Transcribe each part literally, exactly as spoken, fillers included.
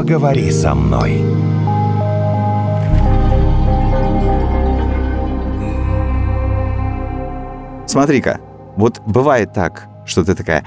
Поговори со мной. Смотри-ка, вот бывает так, что ты такая,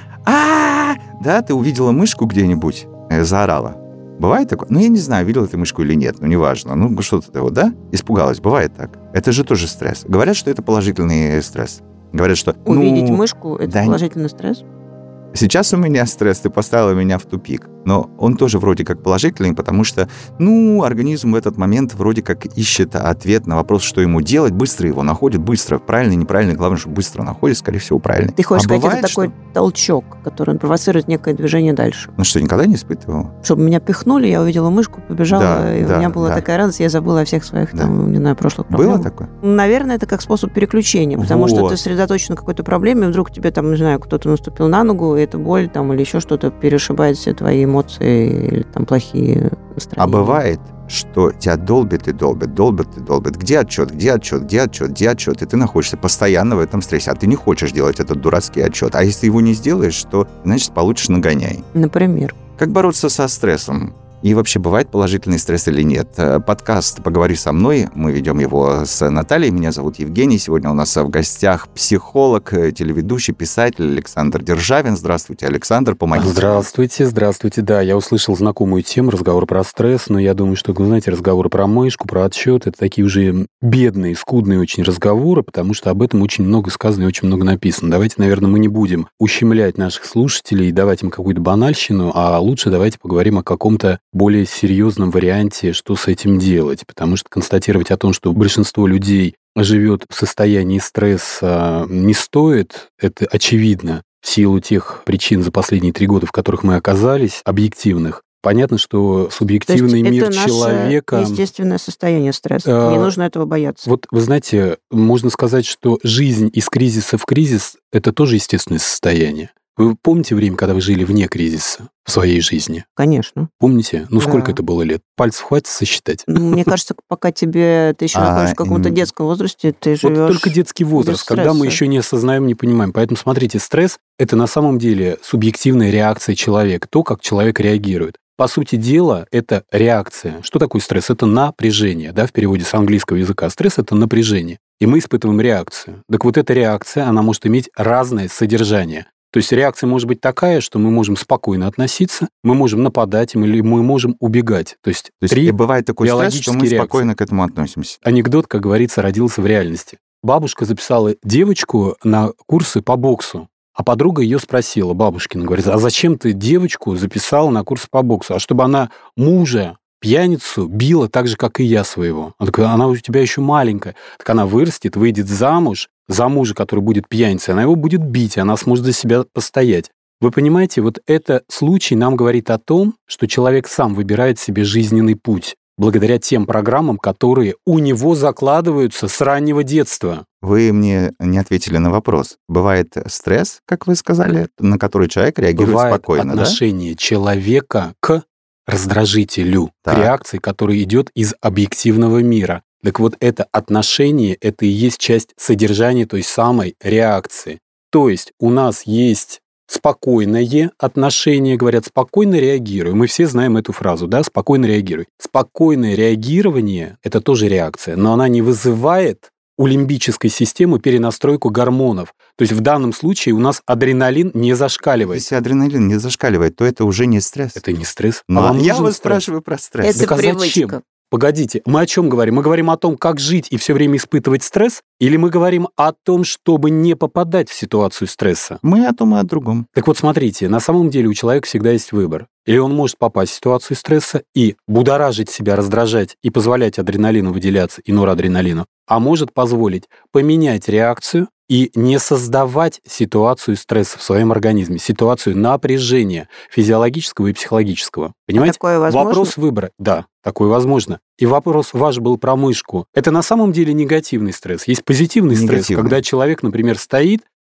а да, ты увидела мышку где-нибудь, заорала. Бывает такое? Ну, я не знаю, видела ты мышку или нет, но неважно. Ну, что-то ты вот, да? Испугалась. Бывает так. Это же тоже стресс. Говорят, что это положительный стресс. Говорят, что... Увидеть ну, мышку – это да, положительный стресс? Сейчас у меня стресс, ты поставила меня в тупик. Но он тоже вроде как положительный, потому что, ну, организм в этот момент вроде как ищет ответ на вопрос, что ему делать, быстро его находит, быстро, правильный, неправильный, главное, что быстро находит, скорее всего, правильный. Ты хочешь а сказать, бывает, это такой что... толчок, который провоцирует некое движение дальше? Ну что, никогда не испытывал? Чтобы меня пихнули, я увидела мышку, побежала, Да, и да, у меня была да. такая радость, я забыла о всех своих, Да. там, не знаю, прошлых проблемах. Было такое? Наверное, это как способ переключения, потому Вот. что ты сосредоточен на какой-то проблеме, и вдруг тебе, там, не знаю, кто-то наступил на ногу, и это боль, там, или еще что-то перешибает все твои эмоции или там плохие настроения. А бывает, что тебя долбит и долбит, долбит и долбит. Где отчет, где отчет, где отчет, где отчет? И ты находишься постоянно в этом стрессе. А ты не хочешь делать этот дурацкий отчет. А если ты его не сделаешь, то, значит, получишь нагоняй. Например. Как бороться со стрессом? И вообще, бывает положительный стресс или нет? Подкаст «Поговори со мной». Мы ведем его с Натальей. Меня зовут Евгений. Сегодня у нас в гостях психолог, телеведущий, писатель Александр Державин. Здравствуйте, Александр. Помогите. Здравствуйте, здравствуйте. Да, я услышал знакомую тему, разговор про стресс, но я думаю, что, вы знаете, разговоры про мышку, про отчет, это такие уже бедные, скудные очень разговоры, потому что об этом очень много сказано и очень много написано. Давайте, наверное, мы не будем ущемлять наших слушателей и давать им какую-то банальщину, а лучше давайте поговорим о каком-то более серьезном варианте, что с этим делать. Потому что констатировать о том, что большинство людей живет в состоянии стресса, не стоит, это очевидно, в силу тех причин за последние три года, в которых мы оказались, объективных. Понятно, что субъективный мир это человека... наше естественное состояние стресса. А, Не нужно этого бояться. Вот вы знаете, можно сказать, что жизнь из кризиса в кризис – это тоже естественное состояние. Вы помните время, когда вы жили вне кризиса в своей жизни? Конечно. Помните? Ну, Да. сколько это было лет? Пальцев хватит сосчитать? Ну, мне кажется, пока тебе ты еще А, находишься в каком-то м. детском возрасте, ты Вот живешь... только детский возраст, без когда мы стресса. еще не осознаем, не понимаем. Поэтому, смотрите, стресс – это на самом деле субъективная реакция человека, то, как человек реагирует. По сути дела, это реакция. Что такое стресс? Это напряжение, да, в переводе с английского языка. Стресс – это напряжение. И мы испытываем реакцию. Так вот, эта реакция, она может иметь разное содержание. То есть реакция может быть такая, что мы можем спокойно относиться, мы можем нападать или мы можем убегать. То есть, То есть три и бывает такой стресс, что мы биологические спокойно реакции. к этому относимся. Анекдот, как говорится, родился в реальности. Бабушка записала девочку на курсы по боксу, а подруга ее спросила, бабушкина, говорит, а зачем ты девочку записала на курсы по боксу? А чтобы она мужа, пьяницу, била так же, как и я своего. Она такая, она у тебя еще маленькая. Так она вырастет, выйдет замуж за мужа, который будет пьяницей, она его будет бить, и она сможет за себя постоять. Вы понимаете, вот этот случай нам говорит о том, что человек сам выбирает себе жизненный путь благодаря тем программам, которые у него закладываются с раннего детства. Вы мне не ответили на вопрос. Бывает стресс, как вы сказали, на который человек реагирует Бывает спокойно, да? отношение человека к раздражителю, Так. к реакции, которая идет из объективного мира. Так вот, это отношение, это и есть часть содержания той самой реакции. То есть у нас есть спокойное отношение, говорят, спокойно реагируй. Мы все знаем эту фразу, да, спокойно реагируй. Спокойное реагирование – это тоже реакция, но она не вызывает у лимбической системы перенастройку гормонов. То есть в данном случае у нас адреналин не зашкаливает. Если адреналин не зашкаливает, то это уже не стресс. Это не стресс. Но а вам я нужен вас стресс? спрашиваю про стресс. Это Так а зачем? привычка. Погодите, мы о чем говорим? Мы говорим о том, как жить и все время испытывать стресс? Или мы говорим о том, чтобы не попадать в ситуацию стресса? Мы о том и о другом. Так вот, смотрите, на самом деле у человека всегда есть выбор. Или он может попасть в ситуацию стресса и будоражить себя, раздражать и позволять адреналину выделяться и норадреналину, а может позволить поменять реакцию и не создавать ситуацию стресса в своем организме, ситуацию напряжения физиологического и психологического. Понимаете? А такое возможно? Вопрос выбора. Да, такое возможно. И вопрос ваш был про мышку. Это на самом деле негативный стресс. Есть позитивный стресс, Негативный. когда человек, например, стоит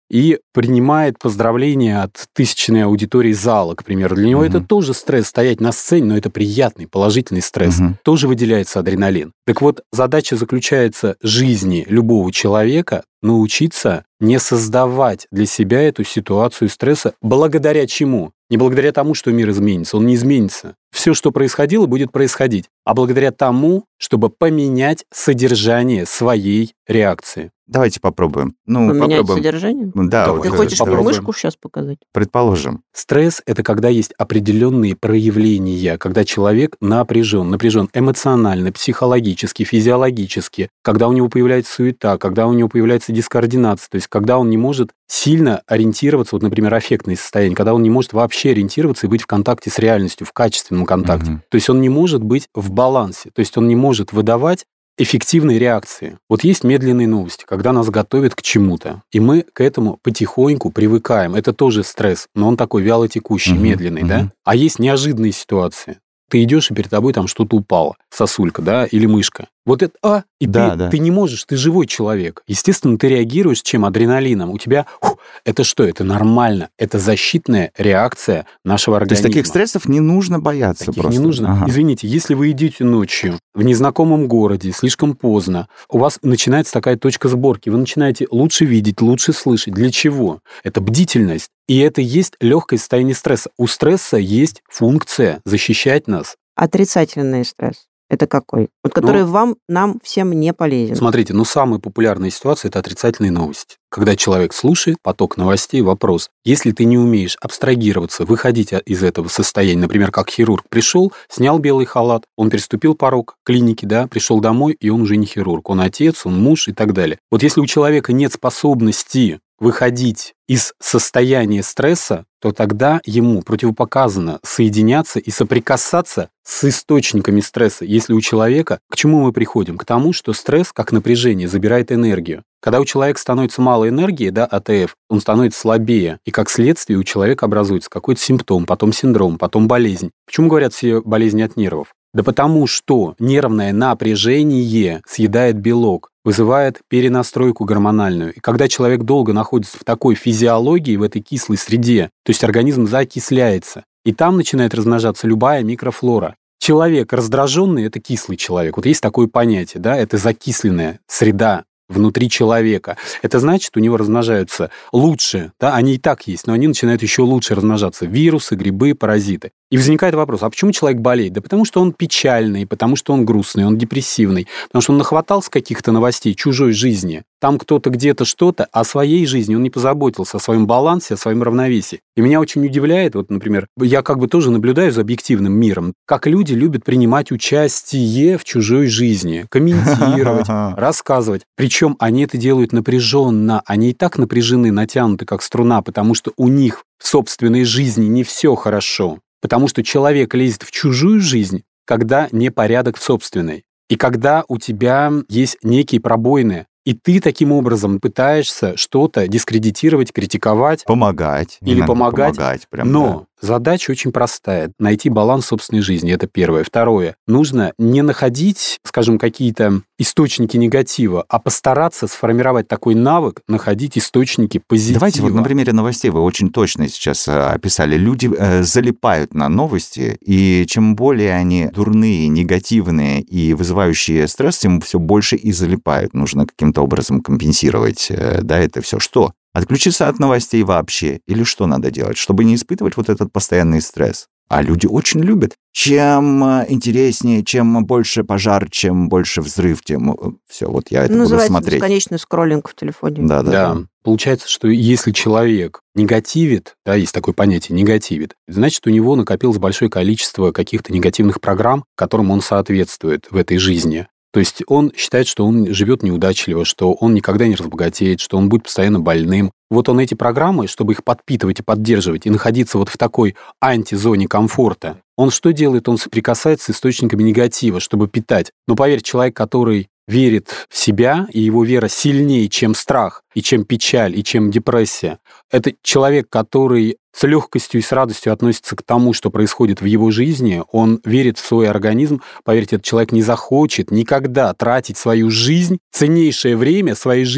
и принимает поздравления от тысячной аудитории зала, к примеру. Для него угу. это тоже стресс, стоять на сцене, но это приятный, положительный стресс. Угу. Тоже выделяется адреналин. Так вот, задача заключается в жизни любого человека научиться не создавать для себя эту ситуацию стресса, благодаря чему? Не благодаря тому, что мир изменится, он не изменится. Все, что происходило, будет происходить, а благодаря тому, чтобы поменять содержание своей реакции. Давайте попробуем. Ну, Поменять попробуем. содержание? Да, Ты вот, хочешь попробуем. мышку сейчас показать? Предположим. Стресс – это когда есть определенные проявления, когда человек напряжен, напряжен эмоционально, психологически, физиологически, когда у него появляется суета, когда у него появляется дискоординация, то есть когда он не может сильно ориентироваться, вот, например, аффектное состояние, когда он не может вообще ориентироваться и быть в контакте с реальностью, в качественном контакте. Угу. То есть он не может быть в балансе, то есть он не может выдавать эффективной реакции. Вот есть медленные новости, когда нас готовят к чему-то, и мы к этому потихоньку привыкаем. Это тоже стресс, но он такой вялотекущий, uh-huh, медленный, uh-huh. да? А есть неожиданные ситуации. Ты идешь, и перед тобой там что-то упало, сосулька, да, или мышка. Вот это, а, и да, ты, да. ты не можешь, ты живой человек. Естественно, ты реагируешь чем? Адреналином. У тебя, фу, это что? Это нормально. Это защитная реакция нашего организма. То есть таких стрессов не нужно бояться таких просто? не нужно. Ага. Извините, если вы идете ночью в незнакомом городе, слишком поздно, у вас начинается такая точка сборки. Вы начинаете лучше видеть, лучше слышать. Для чего? Это бдительность. И это есть легкое состояние стресса. У стресса есть функция защищать нас. Отрицательный стресс. Это какой? Вот который ну, вам, нам всем не полезен. Смотрите, ну самая популярная ситуация – это отрицательные новости. Когда человек слушает поток новостей, вопрос. Если ты не умеешь абстрагироваться, выходить из этого состояния, например, как хирург пришел, снял белый халат, он переступил порог клиники, да, пришел домой, и он уже не хирург. Он отец, он муж и так далее. Вот если у человека нет способности выходить из состояния стресса, то тогда ему противопоказано соединяться и соприкасаться с источниками стресса. Если у человека... К чему мы приходим? К тому, что стресс, как напряжение, забирает энергию. Когда у человека становится мало энергии, да, А Т Ф, он становится слабее, и как следствие у человека образуется какой-то симптом, потом синдром, потом болезнь. Почему говорят все болезни от нервов? Да потому что нервное напряжение съедает белок, вызывает перенастройку гормональную. И когда человек долго находится в такой физиологии, в этой кислой среде, то есть организм закисляется, и там начинает размножаться любая микрофлора. Человек раздраженный – это кислый человек. Вот есть такое понятие, да, это закисленная среда внутри человека. Это значит, у него размножаются лучше, да, они и так есть, но они начинают еще лучше размножаться. Вирусы, грибы, паразиты. И возникает вопрос, а почему человек болеет? Да потому что он печальный, потому что он грустный, он депрессивный, потому что он нахватался каких-то новостей чужой жизни. Там кто-то где-то что-то, а о своей жизни он не позаботился, о своем балансе, о своем равновесии. И меня очень удивляет, вот, например, я как бы тоже наблюдаю за объективным миром, как люди любят принимать участие в чужой жизни, комментировать, рассказывать. Причем они это делают напряженно, они и так напряжены, натянуты, как струна, потому что у них в собственной жизни не все хорошо. Потому что человек лезет в чужую жизнь, когда непорядок в собственной. И когда у тебя есть некие пробоины, и ты таким образом пытаешься что-то дискредитировать, критиковать. Помогать. Или помогать. помогать прям, Но да. задача очень простая. Найти баланс в собственной жизни. Это первое. Второе. Нужно не находить, скажем, какие-то источники негатива, а постараться сформировать такой навык, находить источники позитива. Давайте вот на примере новостей вы очень точно сейчас описали. Люди э, залипают на новости, и чем более они дурные, негативные и вызывающие стресс, тем все больше и залипают. Нужно каким-то образом компенсировать, э, да, это все. Что? Отключиться от новостей вообще? Или что надо делать, чтобы не испытывать вот этот постоянный стресс? А люди очень любят. Чем интереснее, чем больше пожар, чем больше взрыв, тем все, вот я это Называется буду смотреть. Бесконечный скроллинг в телефоне. Да, да, да. да. Получается, что если человек негативит, да, есть такое понятие, негативит, значит, у него накопилось большое количество каких-то негативных программ, которым он соответствует в этой жизни. То есть он считает, что он живет неудачливо, что он никогда не разбогатеет, что он будет постоянно больным. Вот он эти программы, чтобы их подпитывать и поддерживать, и находиться вот в такой антизоне комфорта, он что делает? Он соприкасается с источниками негатива, чтобы питать. Но поверь, человек, который верит в себя, и его вера сильнее, чем страх, и чем печаль, и чем депрессия, это человек, который с легкостью и с радостью относится к тому, что происходит в его жизни, он верит в свой организм, поверьте, этот человек не захочет никогда тратить свою жизнь, ценнейшее время своей жизни,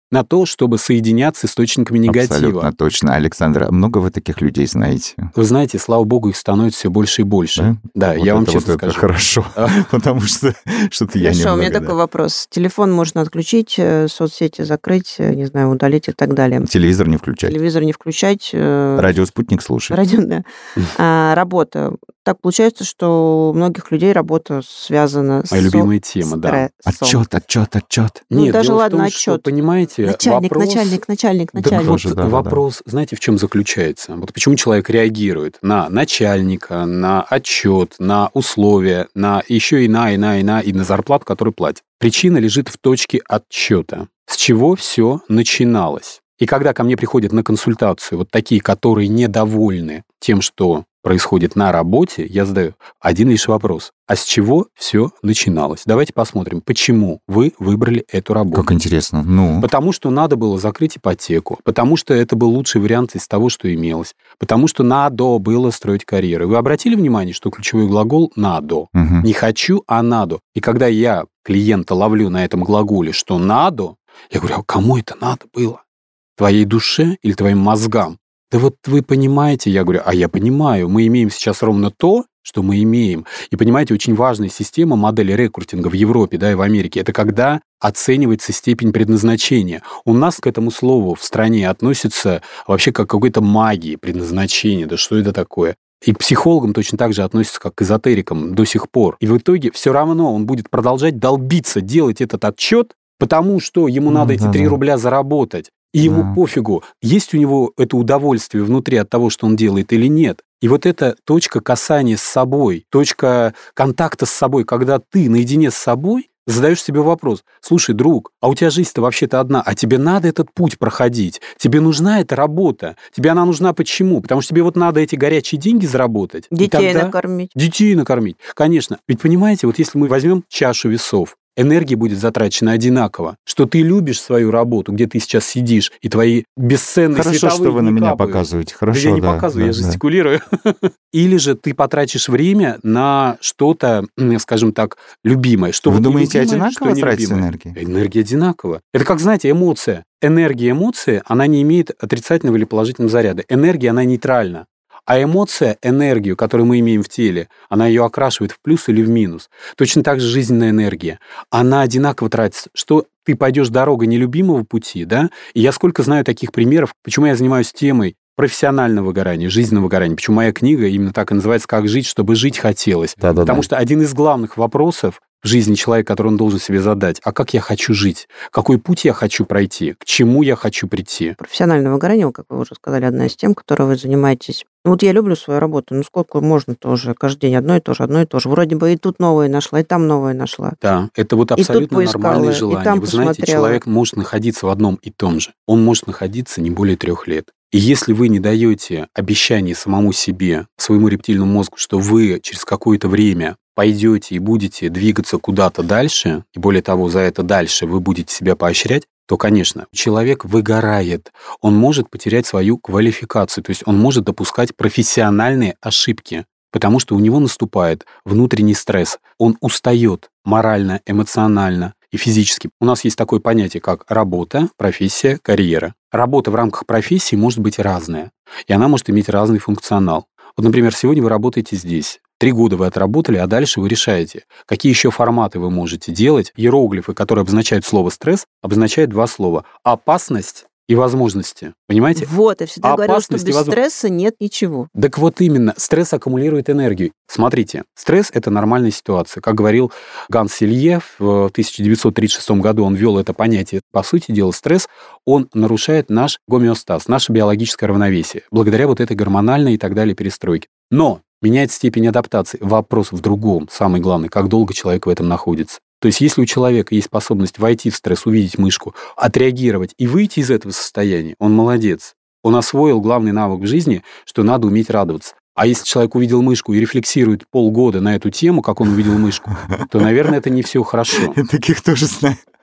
на то, чтобы соединяться с источниками негатива. Абсолютно точно. Александр, а много вы таких людей знаете? Вы знаете, слава богу, их становится все больше и больше. Да, да я вот вам это, честно вот скажу. Это хорошо, потому что что-то я немного... Хорошо, у меня да. такой вопрос. Телефон можно отключить, соцсети закрыть, не знаю, удалить и так далее. Телевизор не включать. Телевизор не включать. Радиоспутник слушать. Радио, да. А, работа. Так получается, что у многих людей работа связана с... Моя любимая тема, да. Отчет, отчет, отчет. Ну, Нет, даже ладно, том, отчет. Что, понимаете, начальник, вопрос... начальник, начальник, начальник. Так вот, Тоже, да, вопрос, да. знаете, в чем заключается? Вот почему человек реагирует на начальника, на отчет, на условия, на еще и на, и на, и на, и на зарплату, которую платят. Причина лежит в точке отчета. С чего все начиналось? И когда ко мне приходят на консультацию вот такие, которые недовольны тем, что происходит на работе, я задаю один лишь вопрос. А с чего все начиналось? Давайте посмотрим, почему вы выбрали эту работу. Как интересно. Ну. Потому что надо было закрыть ипотеку, потому что это был лучший вариант из того, что имелось, потому что надо было строить карьеру. Вы обратили внимание, что ключевой глагол «надо». Угу. Не хочу, а надо. И когда я клиента ловлю на этом глаголе, что надо, я говорю, а кому это надо было? Твоей душе или твоим мозгам? Да вот вы понимаете, я говорю, а я понимаю, мы имеем сейчас ровно то, что мы имеем. И понимаете, очень важная система модели рекрутинга в Европе, да, и в Америке, это когда оценивается степень предназначения. У нас к этому слову в стране относится вообще как к какой-то магии предназначения. Да что это такое? И к психологам точно так же относятся, как к эзотерикам до сих пор. И в итоге все равно он будет продолжать долбиться, делать этот отчет, потому что ему надо эти три рубля заработать. И ему да. пофигу, есть у него это удовольствие внутри от того, что он делает или нет. И вот эта точка касания с собой, точка контакта с собой, когда ты наедине с собой задаешь себе вопрос, слушай, друг, а у тебя жизнь-то вообще-то одна, а тебе надо этот путь проходить, тебе нужна эта работа, тебе она нужна почему? Потому что тебе вот надо эти горячие деньги заработать. Детей тогда... накормить. Детей накормить, конечно. Ведь понимаете, вот если мы возьмем чашу весов, энергия будет затрачена одинаково. Что ты любишь свою работу, где ты сейчас сидишь, и твои бесценные Хорошо, световые что вы на меня капают. показываете. Хорошо, да я не да, показываю, да, я да. жестикулирую. Или же ты потратишь время на что-то, скажем так, любимое. Что вы вот думаете, любимое, одинаково тратится энергия? Энергия одинаково. Это как, знаете, эмоция. Энергия эмоции, она не имеет отрицательного или положительного заряда. Энергия, она нейтральна. А эмоция, энергию, которую мы имеем в теле, она ее окрашивает в плюс или в минус. Точно так же жизненная энергия. Она одинаково тратится. Что ты пойдешь дорогой нелюбимого пути, да? И я сколько знаю таких примеров, почему я занимаюсь темой профессионального выгорания, жизненного выгорания. Почему моя книга именно так и называется «Как жить, чтобы жить хотелось». Да-да-да. Потому что один из главных вопросов в жизни человека, который он должен себе задать, а как я хочу жить? Какой путь я хочу пройти? К чему я хочу прийти? Профессиональное выгорание, как вы уже сказали, одна из тем, которой вы занимаетесь. Вот я люблю свою работу, ну сколько можно тоже, каждый день одно и то же, одно и то же. Вроде бы и тут новое нашла, и там новое нашла. Да, это вот абсолютно нормальное желание. Вы знаете, человек может находиться в одном и том же. Он может находиться не более трех лет. И если вы не даете обещание самому себе, своему рептильному мозгу, что вы через какое-то время пойдете и будете двигаться куда-то дальше, и более того, за это дальше вы будете себя поощрять, то, конечно, человек выгорает. Он может потерять свою квалификацию, то есть он может допускать профессиональные ошибки, потому что у него наступает внутренний стресс. Он устает морально, эмоционально и физически. У нас есть такое понятие, как работа, профессия, карьера. Работа в рамках профессии может быть разная, и она может иметь разный функционал. Вот, например, сегодня вы работаете здесь. Три года вы отработали, а дальше вы решаете, какие еще форматы вы можете делать. Иероглифы, которые обозначают слово «стресс», обозначают два слова – опасность и возможности. Понимаете? Вот, я всегда говорю, что без возможно... стресса нет ничего. Так вот именно, стресс аккумулирует энергию. Смотрите, стресс – это нормальная ситуация. Как говорил Ганс Селье в тысяча девятьсот тридцать шестом году, он ввел это понятие. По сути дела, стресс, он нарушает наш гомеостаз, наше биологическое равновесие, благодаря вот этой гормональной и так далее перестройке. Но меняет степень адаптации. Вопрос в другом, самый главный, как долго человек в этом находится. То есть, если у человека есть способность войти в стресс, увидеть мышку, отреагировать и выйти из этого состояния, он молодец. Он освоил главный навык в жизни, что надо уметь радоваться. А если человек увидел мышку и рефлексирует полгода на эту тему, как он увидел мышку, то, наверное, это не все хорошо. Я таких тоже знаю.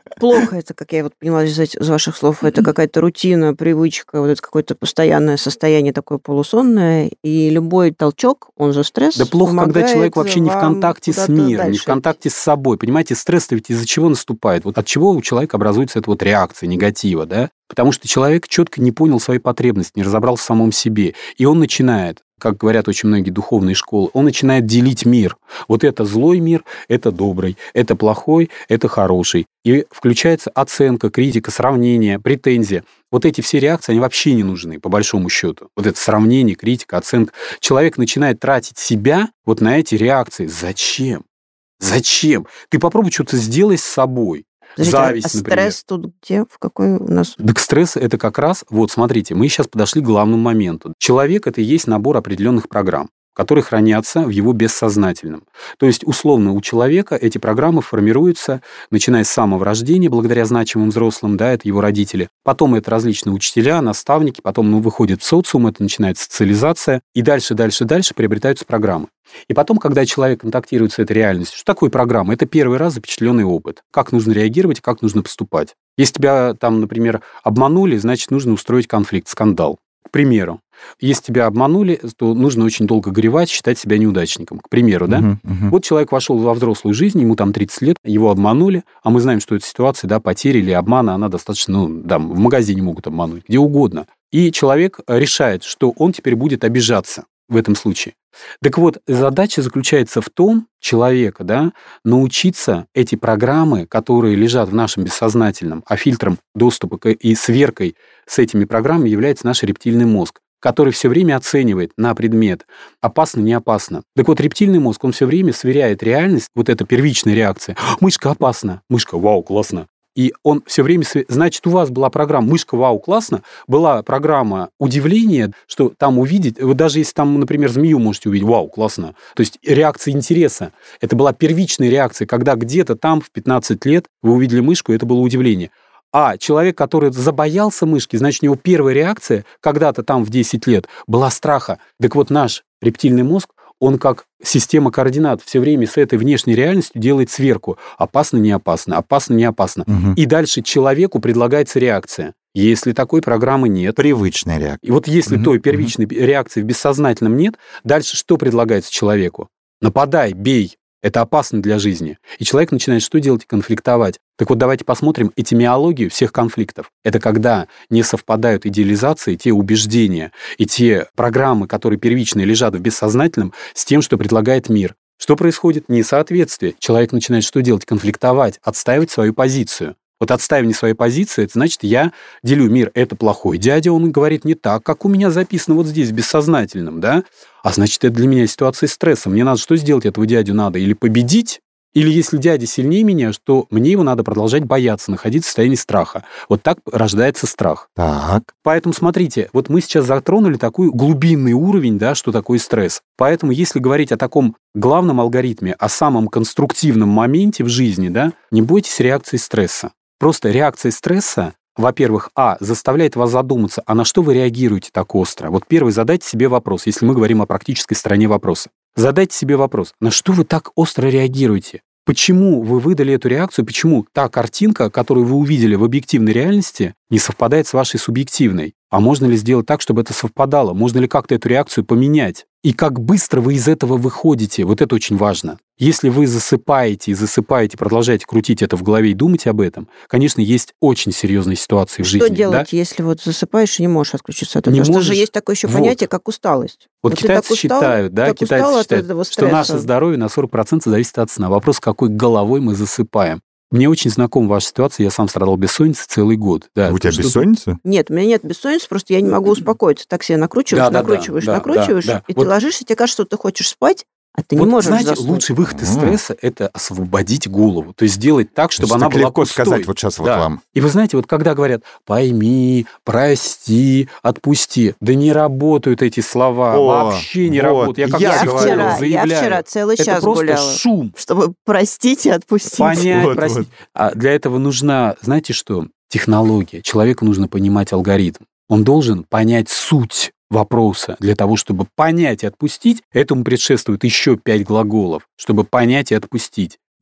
плохо это, как я вот поняла из, этих, из ваших слов, это какая-то рутина, привычка, вот это какое-то постоянное состояние такое полусонное, и любой толчок, он же стресс, Да плохо, когда человек вообще не в контакте с миром, не в контакте идти. с собой. Понимаете, стресс-то ведь из-за чего наступает? Вот от чего у человека образуется эта вот реакция негатива, да? Потому что человек четко не понял свои потребности, не разобрался в самом себе. И он начинает, как говорят очень многие духовные школы, он начинает делить мир. Вот это злой мир, это добрый, это плохой, это хороший. И включается оценка, критика, сравнение, претензия. Вот эти все реакции, они вообще не нужны, по большому счету. Вот это сравнение, критика, оценка. Человек начинает тратить себя вот на эти реакции. Зачем? Зачем? Ты попробуй что-то сделай с собой. Подождите, Зависть, а например. стресс тут где? В какой у нас? Так стресс – это как раз, вот смотрите, мы сейчас подошли к главному моменту. Человек – это и есть набор определенных программ, которые хранятся в его бессознательном. То есть, условно, у человека эти программы формируются, начиная с самого рождения, благодаря значимым взрослым, да, это его родители. Потом это различные учителя, наставники, потом ну, выходит в социум, это начинается социализация, и дальше, дальше, дальше приобретаются программы. И потом, когда человек контактирует с этой реальностью, что такое программа? Это первый раз запечатленный опыт. Как нужно реагировать, как нужно поступать. Если тебя там, например, обманули, значит, нужно устроить конфликт, скандал. К примеру, если тебя обманули, то нужно очень долго горевать, считать себя неудачником. К примеру, да? Uh-huh, uh-huh. Вот человек вошел во взрослую жизнь, ему там тридцать лет, его обманули, а мы знаем, что эта ситуация, да, потери или обмана, она достаточно, ну, да, в магазине могут обмануть, где угодно. И человек решает, что он теперь будет обижаться в этом случае. Так вот, задача заключается в том, человека, да, научиться эти программы, которые лежат в нашем бессознательном, а фильтром доступа и сверкой с этими программами является наш рептильный мозг, который все время оценивает на предмет опасно, не опасно. Так вот, рептильный мозг, он все время сверяет реальность, вот эта первичная реакция. Мышка опасна, мышка, вау, классно. И он все время... Значит, у вас была программа «Мышка, вау, классно», была программа удивления, что там увидеть... Вы даже если там, например, змею можете увидеть, вау, классно. То есть реакция интереса. Это была первичная реакция, когда где-то там в пятнадцать лет вы увидели мышку, и это было удивление. А человек, который забоялся мышки, значит, у него первая реакция когда-то там в десять лет была страха. Так вот, наш рептильный мозг, он как система координат все время с этой внешней реальностью делает сверку. Опасно, не опасно, опасно, не опасно. Угу. И дальше человеку предлагается реакция. Если такой программы нет... Привычная реакция. И вот если угу. той первичной угу. реакции в бессознательном нет, дальше что предлагается человеку? Нападай, бей. Это опасно для жизни. И человек начинает что делать? Конфликтовать. Так вот, давайте посмотрим этимиологию всех конфликтов. Это когда не совпадают идеализации, те убеждения и те программы, которые первичные лежат в бессознательном, с тем, что предлагает мир. Что происходит? Несоответствие. Человек начинает что делать? Конфликтовать, отстаивать свою позицию. Вот отстаивание своей позиции, это значит, я делю мир, это плохой дядя, он говорит не так, как у меня записано вот здесь, в бессознательном, да? А значит, это для меня ситуация стресса. Мне надо что сделать? Этого дядю надо или победить, или если дядя сильнее меня, что мне его надо продолжать бояться, находиться в состоянии страха. Вот так рождается страх. Так. Поэтому смотрите, вот мы сейчас затронули такой глубинный уровень, да, что такое стресс. Поэтому если говорить о таком главном алгоритме, о самом конструктивном моменте в жизни, да, не бойтесь реакции стресса. Просто реакция стресса, во-первых, а, заставляет вас задуматься, а на что вы реагируете так остро? Вот первый, задайте себе вопрос, если мы говорим о практической стороне вопроса. Задайте себе вопрос, на что вы так остро реагируете? Почему вы выдали эту реакцию? Почему та картинка, которую вы увидели в объективной реальности, не совпадает с вашей субъективной? А можно ли сделать так, чтобы это совпадало? Можно ли как-то эту реакцию поменять? И как быстро вы из этого выходите? Вот это очень важно. Если вы засыпаете и засыпаете, продолжаете крутить это в голове и думать об этом, конечно, есть очень серьезные ситуации в жизни. Что делать, да? если вот засыпаешь и не можешь отключиться от этого? Не Потому можешь? что же есть такое еще Вот. понятие, как усталость. Вот, Вот ты китайцы так устал, считают, да, так китайцы устал от считают, этого что стресса. наше здоровье на сорок процентов зависит от сна. Вопрос, какой головой мы засыпаем. Мне очень знакома ваша ситуация, я сам страдал бессонницей целый год. Да, У тебя что- бессонница? Нет, у меня нет бессонницы, просто я не могу успокоиться. Так себя накручиваешь, Да, да, накручиваешь, да, да, накручиваешь, да, да. и Вот- ты ложишься, и тебе кажется, что ты хочешь спать, а ты не Вот, можешь знаете, заснуть. лучший выход из А. стресса – это освободить голову. То есть сделать так, чтобы Значит, она так была легко пустой. сказать вот сейчас вот Да. вам. И вы знаете, вот когда говорят «пойми», «прости», «отпусти», да не работают эти слова, О, вообще не вот. работают. Я как Я Я говорю, вчера, я заявляю. вчера целый Это час просто гуляла, шум. чтобы простить и отпустить. Понять, Вот, простить. вот. А для этого нужна, знаете что, технология. Человеку нужно понимать алгоритм. Он должен понять суть вопроса. Для того, чтобы понять и отпустить, этому предшествует еще пять глаголов, чтобы понять и отпустить.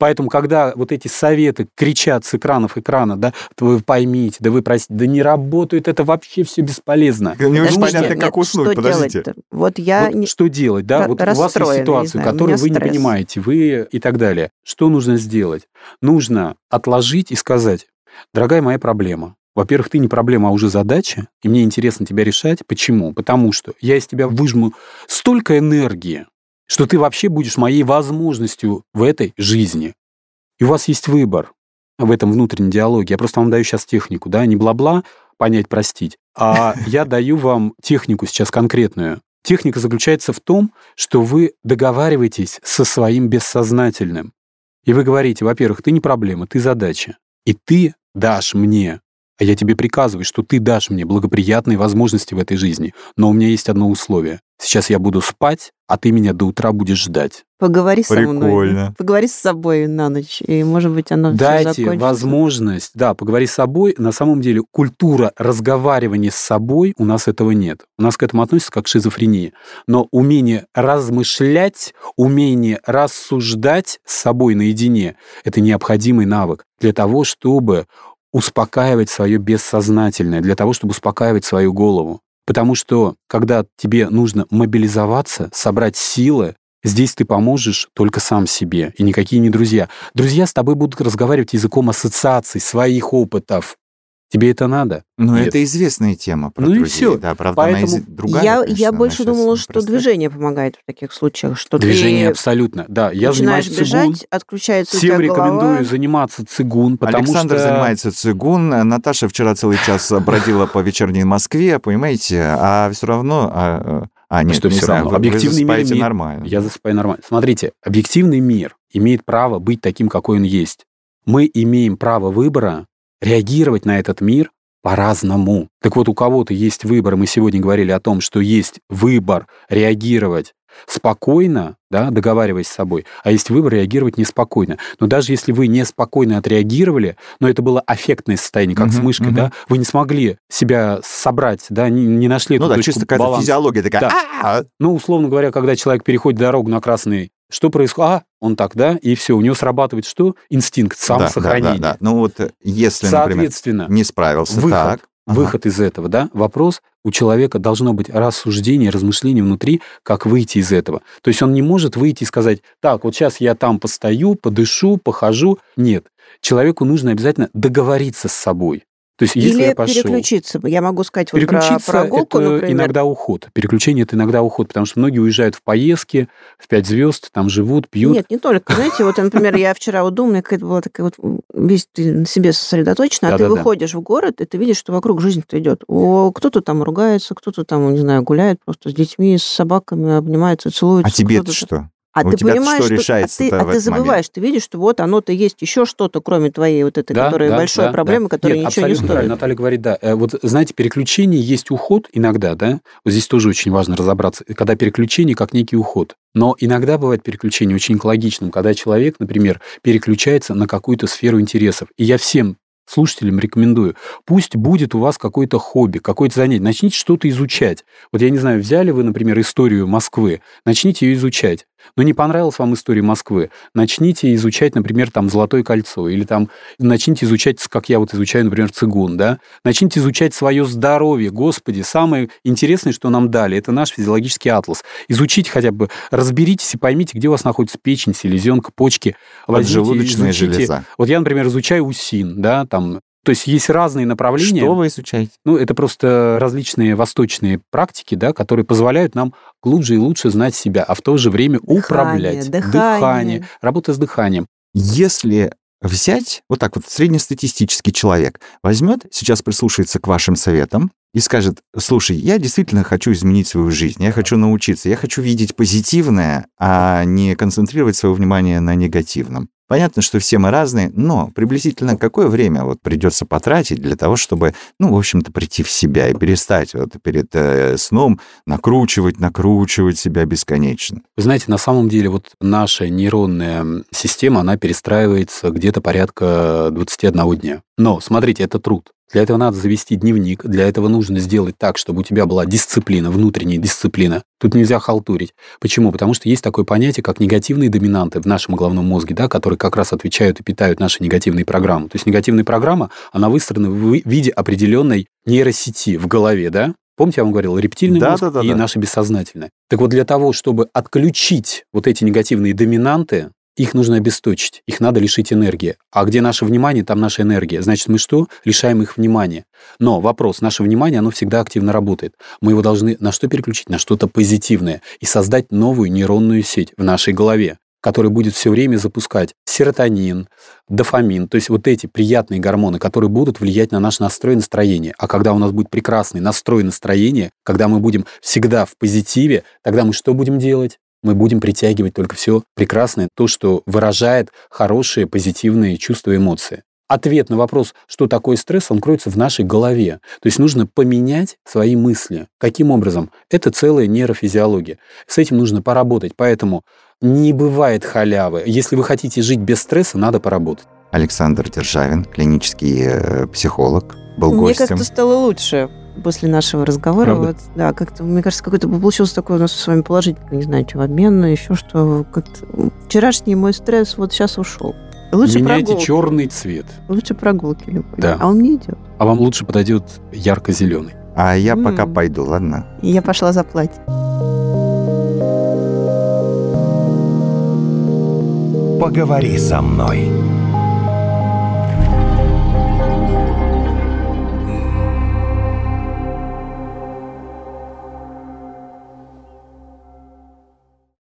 Поэтому, когда вот эти советы кричат с экранов экрана, да, вы поймите, да вы простите, да не работают, это вообще все бесполезно. Не очень Подождите, понятно, как нет, уснуть, что подождите. делать-то? Вот я Вот не- что делать, да? ра- Вот у вас есть расстроена, не ситуация, знаю, у которую меня вы не стресс. понимаете, вы и так далее. Что нужно сделать? Нужно отложить и сказать: дорогая моя проблема, во-первых, ты не проблема, а уже задача, и мне интересно тебя решать. Почему? Потому что я из тебя выжму столько энергии, что ты вообще будешь моей возможностью в этой жизни. И у вас есть выбор в этом внутреннем диалоге. Я просто вам даю сейчас технику, да, не бла-бла, понять, простить, а я даю вам технику сейчас конкретную. Техника заключается в том, что вы договариваетесь со своим бессознательным. И вы говорите: во-первых, ты не проблема, ты задача. И ты дашь мне, а я тебе приказываю, что ты дашь мне благоприятные возможности в этой жизни. Но у меня есть одно условие. Сейчас я буду спать, а ты меня до утра будешь ждать. Поговори со мной. Прикольно. Поговори с собой на ночь, и, может быть, оно все Дайте закончится. возможность, да, поговори с собой. На самом деле культура разговаривания с собой, у нас этого нет. У нас к этому относится как к шизофрении. Но умение размышлять, умение рассуждать с собой наедине — это необходимый навык для того, чтобы успокаивать свое бессознательное, для того, чтобы успокаивать свою голову. Потому что, когда тебе нужно мобилизоваться, собрать силы, здесь ты поможешь только сам себе, и никакие не друзья. Друзья с тобой будут разговаривать языком ассоциаций, своих опытов. Тебе это надо? Ну, Нет. это известная тема про Ну и друзей. всё. Да, правда, Поэтому она из- другая, я, конечно, я она больше щас думала, что непростая. движение помогает в таких случаях, что Движение ты абсолютно, да. Я начинаешь занимаюсь цигун. бежать, отключается у Всем тебя голова. рекомендую заниматься цигун, потому Александр что... занимается цигун, Наташа вчера целый час бродила по вечерней Москве, понимаете, а все равно... А, а, нет, Что не всё знаю, равно? вы, вы Объективный мир засыпаете имеет- нормально. Я засыпаю нормально. Смотрите, объективный мир имеет право быть таким, какой он есть. Мы имеем право выбора реагировать на этот мир по-разному. Так вот, у кого-то есть выбор, и мы сегодня говорили о том, что есть выбор реагировать спокойно, да, договариваясь с собой, а есть выбор реагировать неспокойно. Но даже если вы неспокойно отреагировали, но это было аффектное состояние, как с Мгм, мышкой, мгм. да, вы не смогли себя собрать, да, не, не нашли Ну эту да, точку чисто какая-то баланса. физиология такая. Да. «А-а-а». Ну, условно говоря, когда человек переходит дорогу на красный, что происходит? А, он так, да, и все, у него срабатывает что? Инстинкт Да, самосохранения. Да, да, да. Ну вот э, если, например, Соответственно, не справился, выход, так. Ага. выход из этого, да, вопрос, у человека должно быть рассуждение, размышление внутри, как выйти из этого. То есть он не может выйти и сказать: так, вот сейчас я там постою, подышу, похожу. Нет. Человеку нужно обязательно договориться с собой. То есть если Или я пошел... переключиться. Я могу сказать вот про Переключиться прогулку, это например. иногда уход. Переключение это иногда уход, потому что многие уезжают в поездки, в пять звезд, там живут, пьют. Нет, не только. Знаете, вот, например, я вчера вот думала, какая-то была такая вот, весь ты на себе сосредоточена, а ты Да-да-да. выходишь в город, и ты видишь, что вокруг жизнь-то идет. О, кто-то там ругается, кто-то там, не знаю, гуляет просто с детьми, с собаками, обнимается, целуется. А тебе-то кто-то- что? А У ты тебя-то понимаешь, что что, решается-то а ты, в а ты этот забываешь, момент? ты видишь, что вот оно-то есть еще что-то, кроме твоей вот этой, Да, которая да, большой да, проблемы, да. которая Нет, ничего не абсолютно стоит. правильно. Наталья говорит, да. Э, Вот, знаете, переключение есть уход иногда, да? Вот здесь тоже очень важно разобраться. Когда переключение как некий уход. Но иногда бывает переключение очень экологичным, когда человек, например, переключается на какую-то сферу интересов. И я всем слушателям рекомендую, пусть будет у вас какое-то хобби, какое-то занятие, начните что-то изучать. Вот я не знаю, взяли вы, например, историю Москвы, начните ее изучать. Но не понравилась вам история Москвы, начните изучать, например, там «Золотое кольцо», или там начните изучать, как я вот изучаю, например, цигун, да? Начните изучать свое здоровье. Господи, самое интересное, что нам дали, это наш физиологический атлас. Изучите хотя бы, разберитесь и поймите, где у вас находится печень, селезенка, почки. Возьмите, Поджелудочная изучите. железа. Вот я, например, изучаю УСИН, да, там, то есть есть разные направления. Что вы изучаете? Ну, это просто различные восточные практики, да, которые позволяют нам глубже и лучше знать себя, а в то же время Дыхание, управлять. дыхание. Работа с дыханием. Если взять, вот так вот, среднестатистический человек возьмет, сейчас прислушается к вашим советам и скажет: слушай, я действительно хочу изменить свою жизнь, я хочу научиться, я хочу видеть позитивное, а не концентрировать свое внимание на негативном. Понятно, что все мы разные, но приблизительно какое время вот придется потратить для того, чтобы, ну, в общем-то, прийти в себя и перестать вот перед э, сном накручивать, накручивать себя бесконечно? Вы знаете, на самом деле вот наша нейронная система, она перестраивается где-то порядка двадцать один дня. Но, смотрите, это труд. Для этого надо завести дневник, для этого нужно сделать так, чтобы у тебя была дисциплина, внутренняя дисциплина. Тут нельзя халтурить. Почему? Потому что есть такое понятие, как негативные доминанты в нашем головном мозге, да, которые как раз отвечают и питают наши негативные программы. То есть негативная программа, она выстроена в виде определенной нейросети в голове, да? Помните, я вам говорил, рептильный да, мозг да, да, и да. наше бессознательное. Так вот, для того, чтобы отключить вот эти негативные доминанты, их нужно обесточить, их надо лишить энергии. А где наше внимание, там наша энергия. Значит, мы что? Лишаем их внимания. Но вопрос, наше внимание, оно всегда активно работает. Мы его должны на что переключить? На что-то позитивное. И создать новую нейронную сеть в нашей голове, которая будет все время запускать серотонин, дофамин, то есть вот эти приятные гормоны, которые будут влиять на наш настрой и настроение. А когда у нас будет прекрасный настрой и настроение, когда мы будем всегда в позитиве, тогда мы что будем делать? Мы будем притягивать только все прекрасное, то, что выражает хорошие, позитивные чувства и эмоции. Ответ на вопрос, что такое стресс, он кроется в нашей голове. То есть нужно поменять свои мысли. Каким образом? Это целая нейрофизиология. С этим нужно поработать. Поэтому не бывает халявы. Если вы хотите жить без стресса, надо поработать. Александр Державин, клинический э, психолог, был Мне гостем. как-то стало лучше после нашего разговора. Вот, да, как-то, мне кажется, какой-то получился такой у нас с вами положительный, не знаю, что, обмен, еще что. Как-то вчерашний мой стресс вот сейчас ушел. Лучше Меняйте прогулки. черный цвет. Лучше прогулки любые. Да. А он мне идет. А вам лучше подойдет ярко-зеленый. А я М. пока пойду, ладно? И я пошла за платье. Поговори со мной.